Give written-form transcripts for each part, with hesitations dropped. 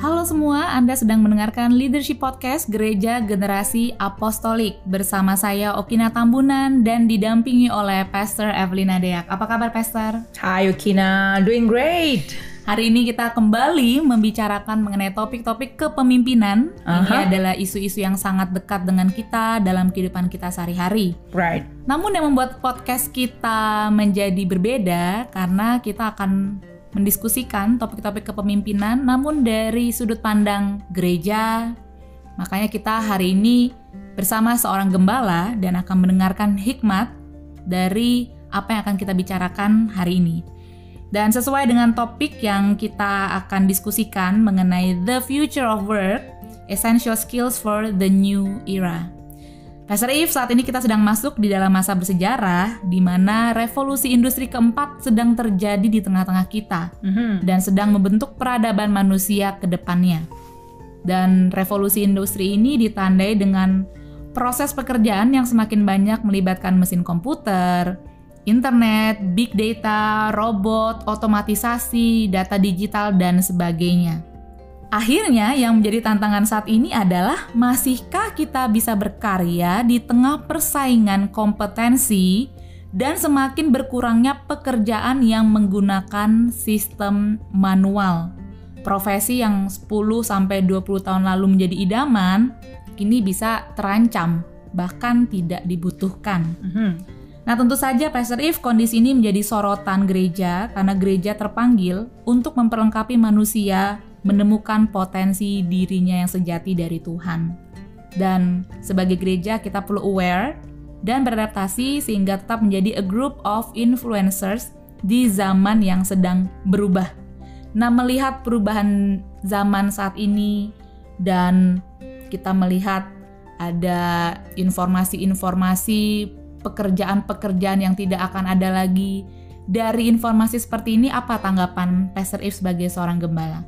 Halo semua, Anda sedang mendengarkan Leadership Podcast Gereja Generasi Apostolik bersama saya Okina Tambunan dan didampingi oleh Pastor Evelina Deak. Apa kabar Pastor? Hai Okina, doing great. Hari ini kita kembali membicarakan mengenai topik-topik kepemimpinan. Ini adalah isu-isu yang sangat dekat dengan kita dalam kehidupan kita sehari-hari. Right. Namun yang membuat podcast kita menjadi berbeda karena kita akan mendiskusikan topik-topik kepemimpinan namun dari sudut pandang gereja. Makanya kita hari ini bersama seorang gembala dan akan mendengarkan hikmat dari apa yang akan kita bicarakan hari ini. Dan sesuai dengan topik yang kita akan diskusikan mengenai The Future of Work, Essential Skills for the New Era. Pastor Yves, saat ini kita sedang masuk di dalam masa bersejarah di mana revolusi industri keempat sedang terjadi di tengah-tengah kita dan sedang membentuk peradaban manusia ke depannya. Dan revolusi industri ini ditandai dengan proses pekerjaan yang semakin banyak melibatkan mesin komputer, internet, big data, robot, otomatisasi, data digital, dan sebagainya. Akhirnya yang menjadi tantangan saat ini adalah masihkah kita bisa berkarya di tengah persaingan kompetensi dan semakin berkurangnya pekerjaan yang menggunakan sistem manual. Profesi yang 10-20 tahun lalu menjadi idaman, kini bisa terancam, bahkan tidak dibutuhkan. Nah tentu saja Pastor Yves, kondisi ini menjadi sorotan gereja karena gereja terpanggil untuk memperlengkapi manusia menemukan potensi dirinya yang sejati dari Tuhan. Dan sebagai gereja kita perlu aware dan beradaptasi sehingga tetap menjadi a group of influencers di zaman yang sedang berubah. Nah melihat perubahan zaman saat ini dan kita melihat ada informasi-informasi pekerjaan-pekerjaan yang tidak akan ada lagi. Dari informasi seperti ini, apa tanggapan Pastor Yves sebagai seorang gembala?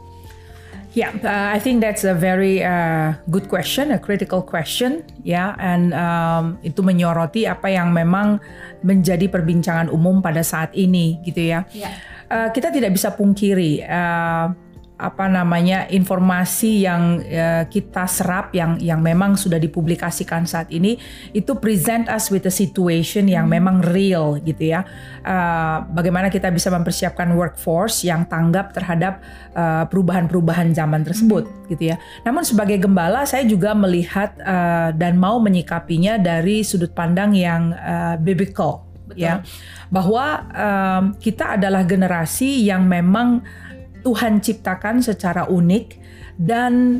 Yeah, I think that's a very good question, a critical question, and itu menyoroti apa yang memang menjadi perbincangan umum pada saat ini, gitu ya. Kita tidak bisa pungkiri informasi yang kita serap yang memang sudah dipublikasikan saat ini itu present us with a situation yang memang real gitu ya. Bagaimana kita bisa mempersiapkan workforce yang tanggap terhadap perubahan-perubahan zaman tersebut gitu ya. Namun sebagai gembala saya juga melihat dan mau menyikapinya dari sudut pandang yang biblical. Betul. Ya. Bahwa kita adalah generasi yang memang Tuhan ciptakan secara unik dan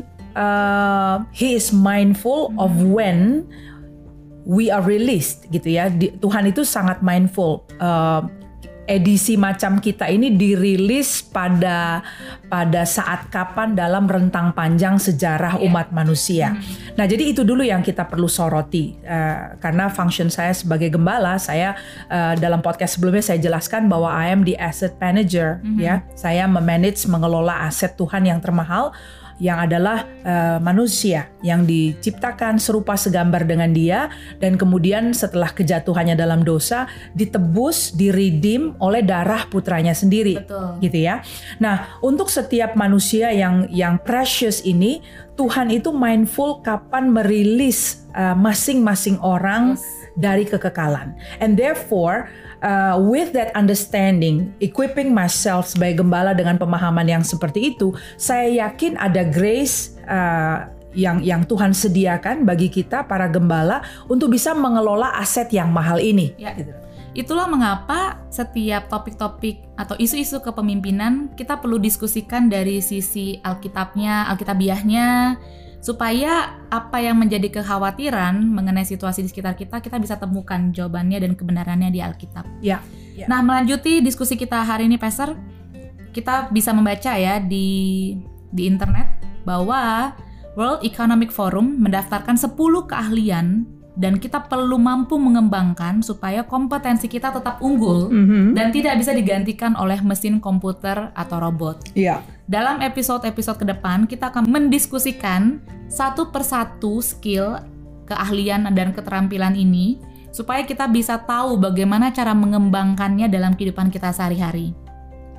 He is mindful of when we are released gitu ya. Tuhan itu sangat mindful. Edisi macam kita ini dirilis pada saat kapan dalam rentang panjang sejarah umat manusia. Nah jadi itu dulu yang kita perlu soroti karena function saya sebagai gembala, saya dalam podcast sebelumnya saya jelaskan bahwa I am the asset manager ya. Saya mengelola aset Tuhan yang termahal yang adalah manusia yang diciptakan serupa segambar dengan Dia dan kemudian setelah kejatuhannya dalam dosa ditebus, diredeem oleh darah putranya sendiri. Betul. Gitu ya. Nah, untuk setiap manusia yang precious ini Tuhan itu mindful kapan merilis masing-masing orang dari kekekalan. And therefore with that understanding, equipping myself sebagai gembala dengan pemahaman yang seperti itu, saya yakin ada grace yang Tuhan sediakan bagi kita para gembala untuk bisa mengelola aset yang mahal ini. Ya. Gitu. Itulah mengapa setiap topik-topik atau isu-isu kepemimpinan kita perlu diskusikan dari sisi Alkitabiahnya, supaya apa yang menjadi kekhawatiran mengenai situasi di sekitar kita bisa temukan jawabannya dan kebenarannya di Alkitab. Ya. Nah, melanjuti diskusi kita hari ini, Pastor, kita bisa membaca ya di internet bahwa World Economic Forum mendaftarkan 10 keahlian dan kita perlu mampu mengembangkan supaya kompetensi kita tetap unggul dan tidak bisa digantikan oleh mesin komputer atau robot. Yeah. Dalam episode-episode ke depan kita akan mendiskusikan satu persatu skill, keahlian dan keterampilan ini supaya kita bisa tahu bagaimana cara mengembangkannya dalam kehidupan kita sehari-hari.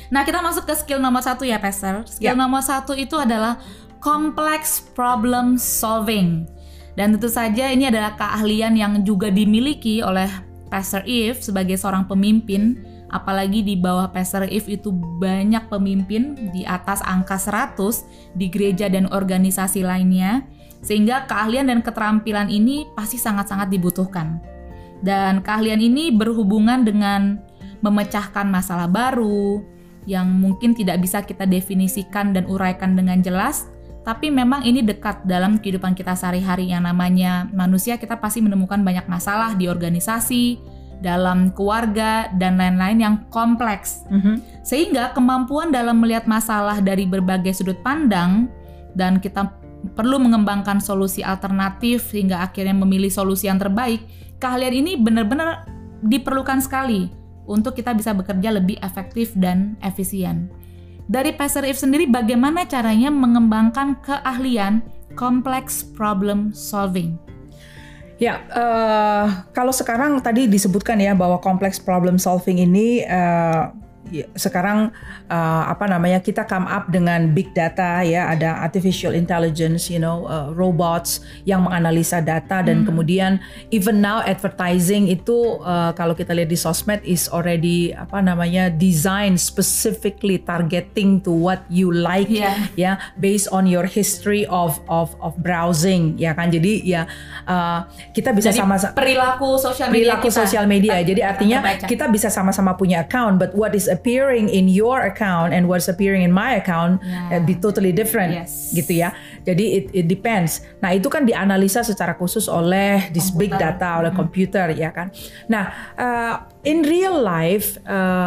Nah, kita masuk ke skill nomor 1 ya, Pastor. Skill nomor 1 itu adalah complex problem solving. Dan tentu saja ini adalah keahlian yang juga dimiliki oleh Pastor Eve sebagai seorang pemimpin. Apalagi di bawah Pastor Eve itu banyak pemimpin di atas angka 100 di gereja dan organisasi lainnya. Sehingga keahlian dan keterampilan ini pasti sangat-sangat dibutuhkan. Dan keahlian ini berhubungan dengan memecahkan masalah baru yang mungkin tidak bisa kita definisikan dan uraikan dengan jelas, tapi memang ini dekat dalam kehidupan kita sehari-hari. Yang namanya manusia, kita pasti menemukan banyak masalah di organisasi, dalam keluarga, dan lain-lain yang kompleks. Sehingga kemampuan dalam melihat masalah dari berbagai sudut pandang, dan kita perlu mengembangkan solusi alternatif hingga akhirnya memilih solusi yang terbaik. Keahlian ini benar-benar diperlukan sekali untuk kita bisa bekerja lebih efektif dan efisien. Dari Pastor Eve sendiri, bagaimana caranya mengembangkan keahlian complex problem solving? Ya, kalau sekarang tadi disebutkan ya bahwa complex problem solving ini sekarang kita come up dengan big data ya, ada artificial intelligence, robots yang menganalisa data, dan kemudian even now advertising itu kalau kita lihat di sosmed is already design specifically targeting to what you like ya, based on your history of browsing ya kan. Jadi ya kita bisa sama-sama perilaku sosial media jadi artinya kita bisa sama-sama punya account, but what is appearing in your account and what's appearing in my account be totally different gitu ya. Jadi it depends. Nah, itu kan dianalisa secara khusus oleh this big data, oleh komputer ya kan. Nah, in real life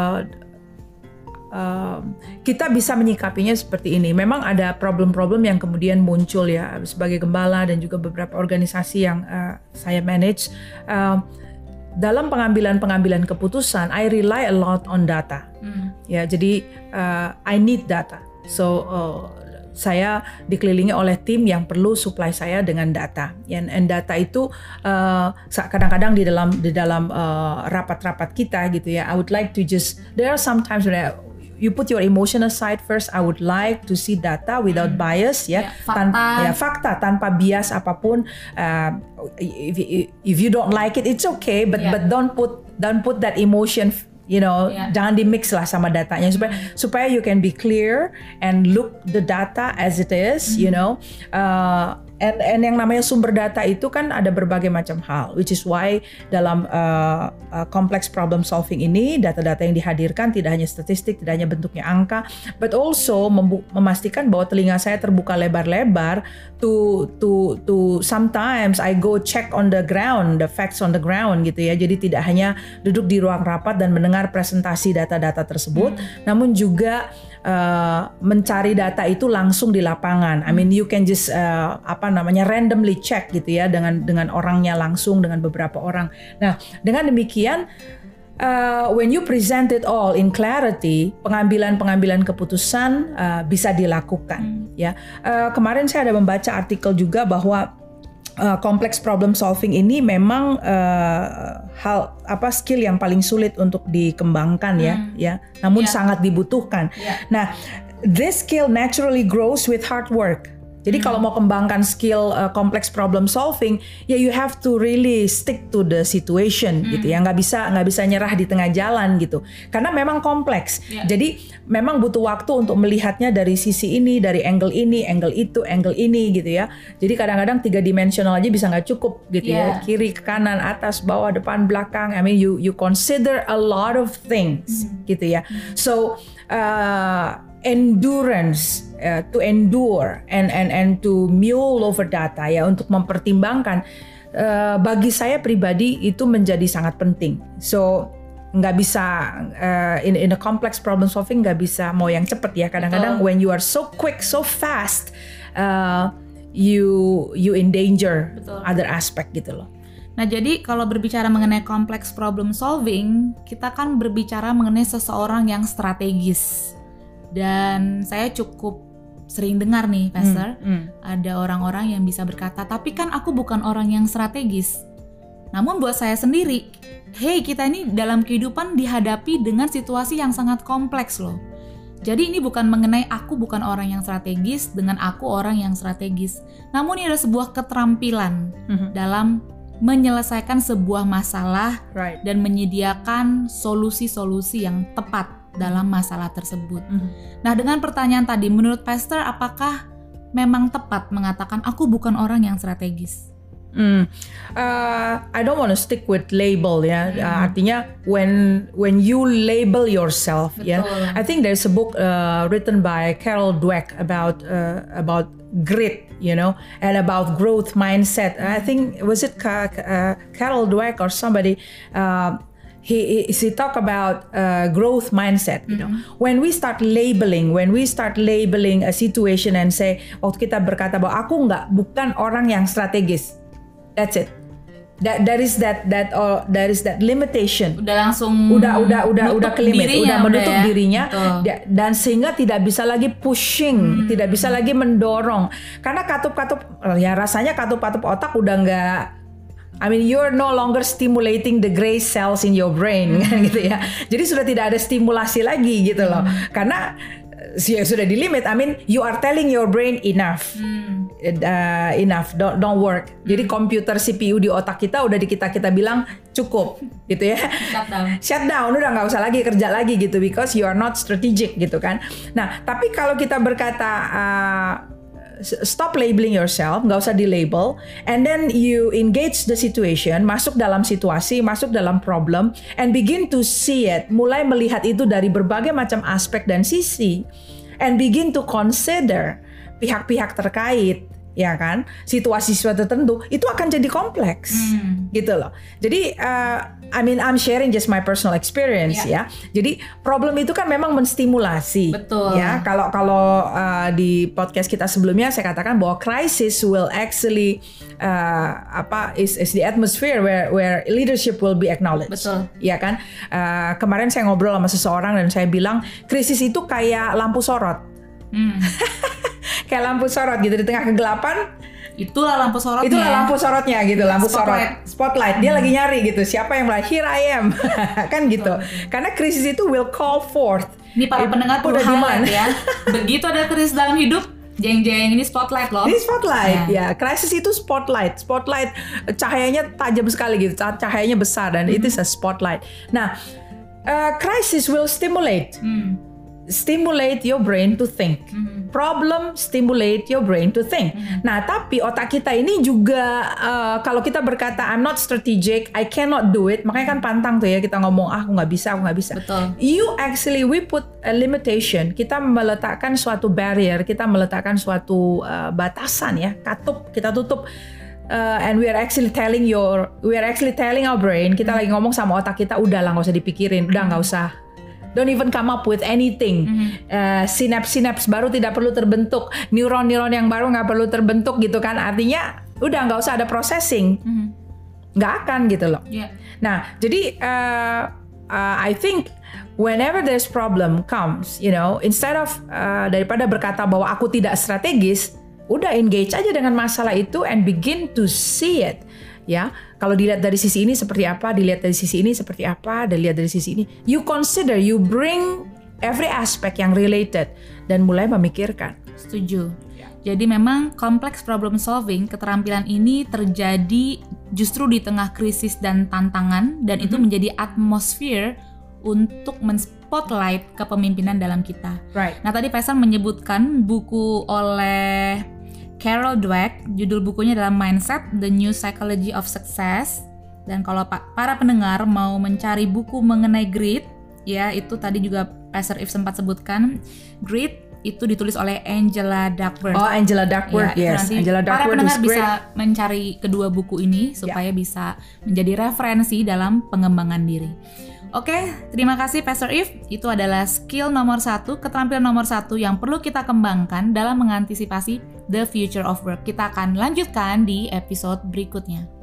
kita bisa menyikapinya seperti ini. Memang ada problem-problem yang kemudian muncul ya, sebagai gembala dan juga beberapa organisasi yang saya manage. Dalam pengambilan keputusan, I rely a lot on data. Ya, jadi I need data. So saya dikelilingi oleh tim yang perlu supply saya dengan data. And data itu kadang-kadang di dalam rapat-rapat kita gitu ya. I would like to there are sometimes when you put your emotion aside first. I would like to see data without bias ya, fakta tanpa bias apapun. If you don't like it, it's okay, but don't put that emotion, jangan di mix lah sama datanya, supaya you can be clear and look the data as it is, And yang namanya sumber data itu kan ada berbagai macam hal, which is why dalam complex problem solving ini data-data yang dihadirkan tidak hanya statistik, tidak hanya bentuknya angka, but also memastikan bahwa telinga saya terbuka lebar-lebar to sometimes I go check on the ground, the facts on the ground gitu ya. Jadi tidak hanya duduk di ruang rapat dan mendengar presentasi data-data tersebut, namun juga mencari data itu langsung di lapangan. I mean, you can just randomly check gitu ya dengan orangnya langsung, dengan beberapa orang. Nah, dengan demikian when you present it all in clarity, pengambilan keputusan bisa dilakukan ya. Kemarin saya ada membaca artikel juga bahwa complex problem solving ini memang skill yang paling sulit untuk dikembangkan ya. Namun sangat dibutuhkan. Nah, this skill naturally grows with hard work. Jadi kalau mau kembangkan skill complex problem solving, ya you have to really stick to the situation gitu ya, nggak bisa nyerah di tengah jalan gitu, karena memang kompleks. Jadi memang butuh waktu untuk melihatnya dari sisi ini, dari angle ini, angle itu, angle ini gitu ya. Jadi kadang-kadang 3 dimensional aja bisa nggak cukup gitu ya, kiri ke kanan, atas, bawah, depan, belakang. I mean you consider a lot of things gitu ya. So endurance, to endure and to mull over data ya, untuk mempertimbangkan, bagi saya pribadi itu menjadi sangat penting. So nggak bisa in a complex problem solving nggak bisa mau yang cepet ya. Kadang-kadang when you are so quick, so fast, you endanger other aspect gitu loh. Nah, jadi kalau berbicara mengenai complex problem solving, kita kan berbicara mengenai seseorang yang strategis. Dan saya cukup sering dengar nih, Pastor, ada orang-orang yang bisa berkata, tapi kan aku bukan orang yang strategis. Namun buat saya sendiri, kita ini dalam kehidupan dihadapi dengan situasi yang sangat kompleks loh. Jadi ini bukan mengenai aku bukan orang yang strategis dengan aku orang yang strategis. Namun ini ada sebuah keterampilan dalam menyelesaikan sebuah masalah dan menyediakan solusi-solusi yang tepat dalam masalah tersebut. Nah, dengan pertanyaan tadi, menurut Pastor, apakah memang tepat mengatakan aku bukan orang yang strategis? I don't want to stick with label ya. Artinya when you label yourself, ya. I think there's a book written by Carol Dweck about grit, you know, and about growth mindset. I think was it Carol Dweck or somebody. He talk about growth mindset. You know, when we start labeling a situation and say, waktu kita berkata bahwa aku bukan orang yang strategis. That's it. There is that limitation. Udah langsung udah ke limit, udah menutup dirinya, dan sehingga tidak bisa lagi pushing, tidak bisa lagi mendorong. Karena rasanya katup otak udah nggak. I mean, you're no longer stimulating the gray cells in your brain, kan gitu ya. Jadi sudah tidak ada stimulasi lagi gitu loh. Karena sudah di limit. I mean, you are telling your brain enough. Enough, don't work. Jadi komputer CPU di otak kita udah kita bilang cukup gitu ya. Shutdown, udah nggak usah lagi kerja lagi gitu, because you are not strategic gitu kan. Nah, tapi kalau kita berkata stop labeling yourself, nggak usah di-label, and then you engage the situation, masuk dalam situasi, masuk dalam problem, and begin to see it, mulai melihat itu dari berbagai macam aspek dan sisi, and begin to consider pihak-pihak terkait, ya kan, situasi tertentu itu akan jadi kompleks, gitu loh. Jadi, I mean, I'm sharing just my personal experience, ya. Jadi problem itu kan memang menstimulasi, ya. Kalau di podcast kita sebelumnya saya katakan bahwa crisis will actually is the atmosphere where leadership will be acknowledged, ya kan. Kemarin saya ngobrol sama seseorang dan saya bilang krisis itu kayak lampu sorot. Kayak lampu sorot gitu di tengah kegelapan. Itulah lampu sorotnya. Itulah lampu sorotnya gitu, lampu spotlight. Dia lagi nyari gitu, siapa yang bilang here I am, kan gitu. Karena krisis itu will call forth. Ini para pendengar perlu highlight ya. Begitu ada krisis dalam hidup, jeng-jeng ini spotlight loh. Ini spotlight, ya. Krisis itu spotlight. Spotlight cahayanya tajam sekali gitu, cahayanya besar dan itu is a spotlight. Nah, crisis will stimulate your brain to think. Problem stimulate your brain to think. Nah, tapi otak kita ini juga kalau kita berkata I'm not strategic, I cannot do it, makanya kan pantang tuh ya kita ngomong aku nggak bisa. Betul. We put a limitation. Kita meletakkan suatu barrier, kita meletakkan suatu batasan ya, kita tutup. And we are actually telling our brain, kita lagi ngomong sama otak kita, udahlah nggak usah dipikirin, udah nggak usah. Don't even come up with anything. Sinaps baru tidak perlu terbentuk, neuron yang baru nggak perlu terbentuk gitu kan. Artinya udah nggak usah ada processing, nggak akan gitu loh. Nah, jadi I think whenever there's problem comes, you know, instead of daripada berkata bahwa aku tidak strategis, udah engage aja dengan masalah itu and begin to see it. Ya, kalau dilihat dari sisi ini seperti apa, dilihat dari sisi ini seperti apa, dilihat dari sisi ini, you consider, you bring every aspect yang related dan mulai memikirkan. Setuju. Jadi memang kompleks problem solving, keterampilan ini terjadi justru di tengah krisis dan tantangan, dan itu menjadi atmosfer untuk men-spotlight kepemimpinan dalam kita. Nah, tadi Pastor menyebutkan buku oleh Carol Dweck, judul bukunya adalah Mindset: The New Psychology of Success. Dan kalau para pendengar mau mencari buku mengenai grit, ya itu tadi juga Pastor If sempat sebutkan, grit itu ditulis oleh Angela Duckworth. Oh, Angela Duckworth, ya, yes. Angela Duckworth. Para pendengar bisa mencari kedua buku ini supaya bisa menjadi referensi dalam pengembangan diri. Oke, terima kasih Pastor If. Itu adalah skill nomor 1, keterampilan nomor 1 yang perlu kita kembangkan dalam mengantisipasi the future of work. Kita akan lanjutkan di episode berikutnya.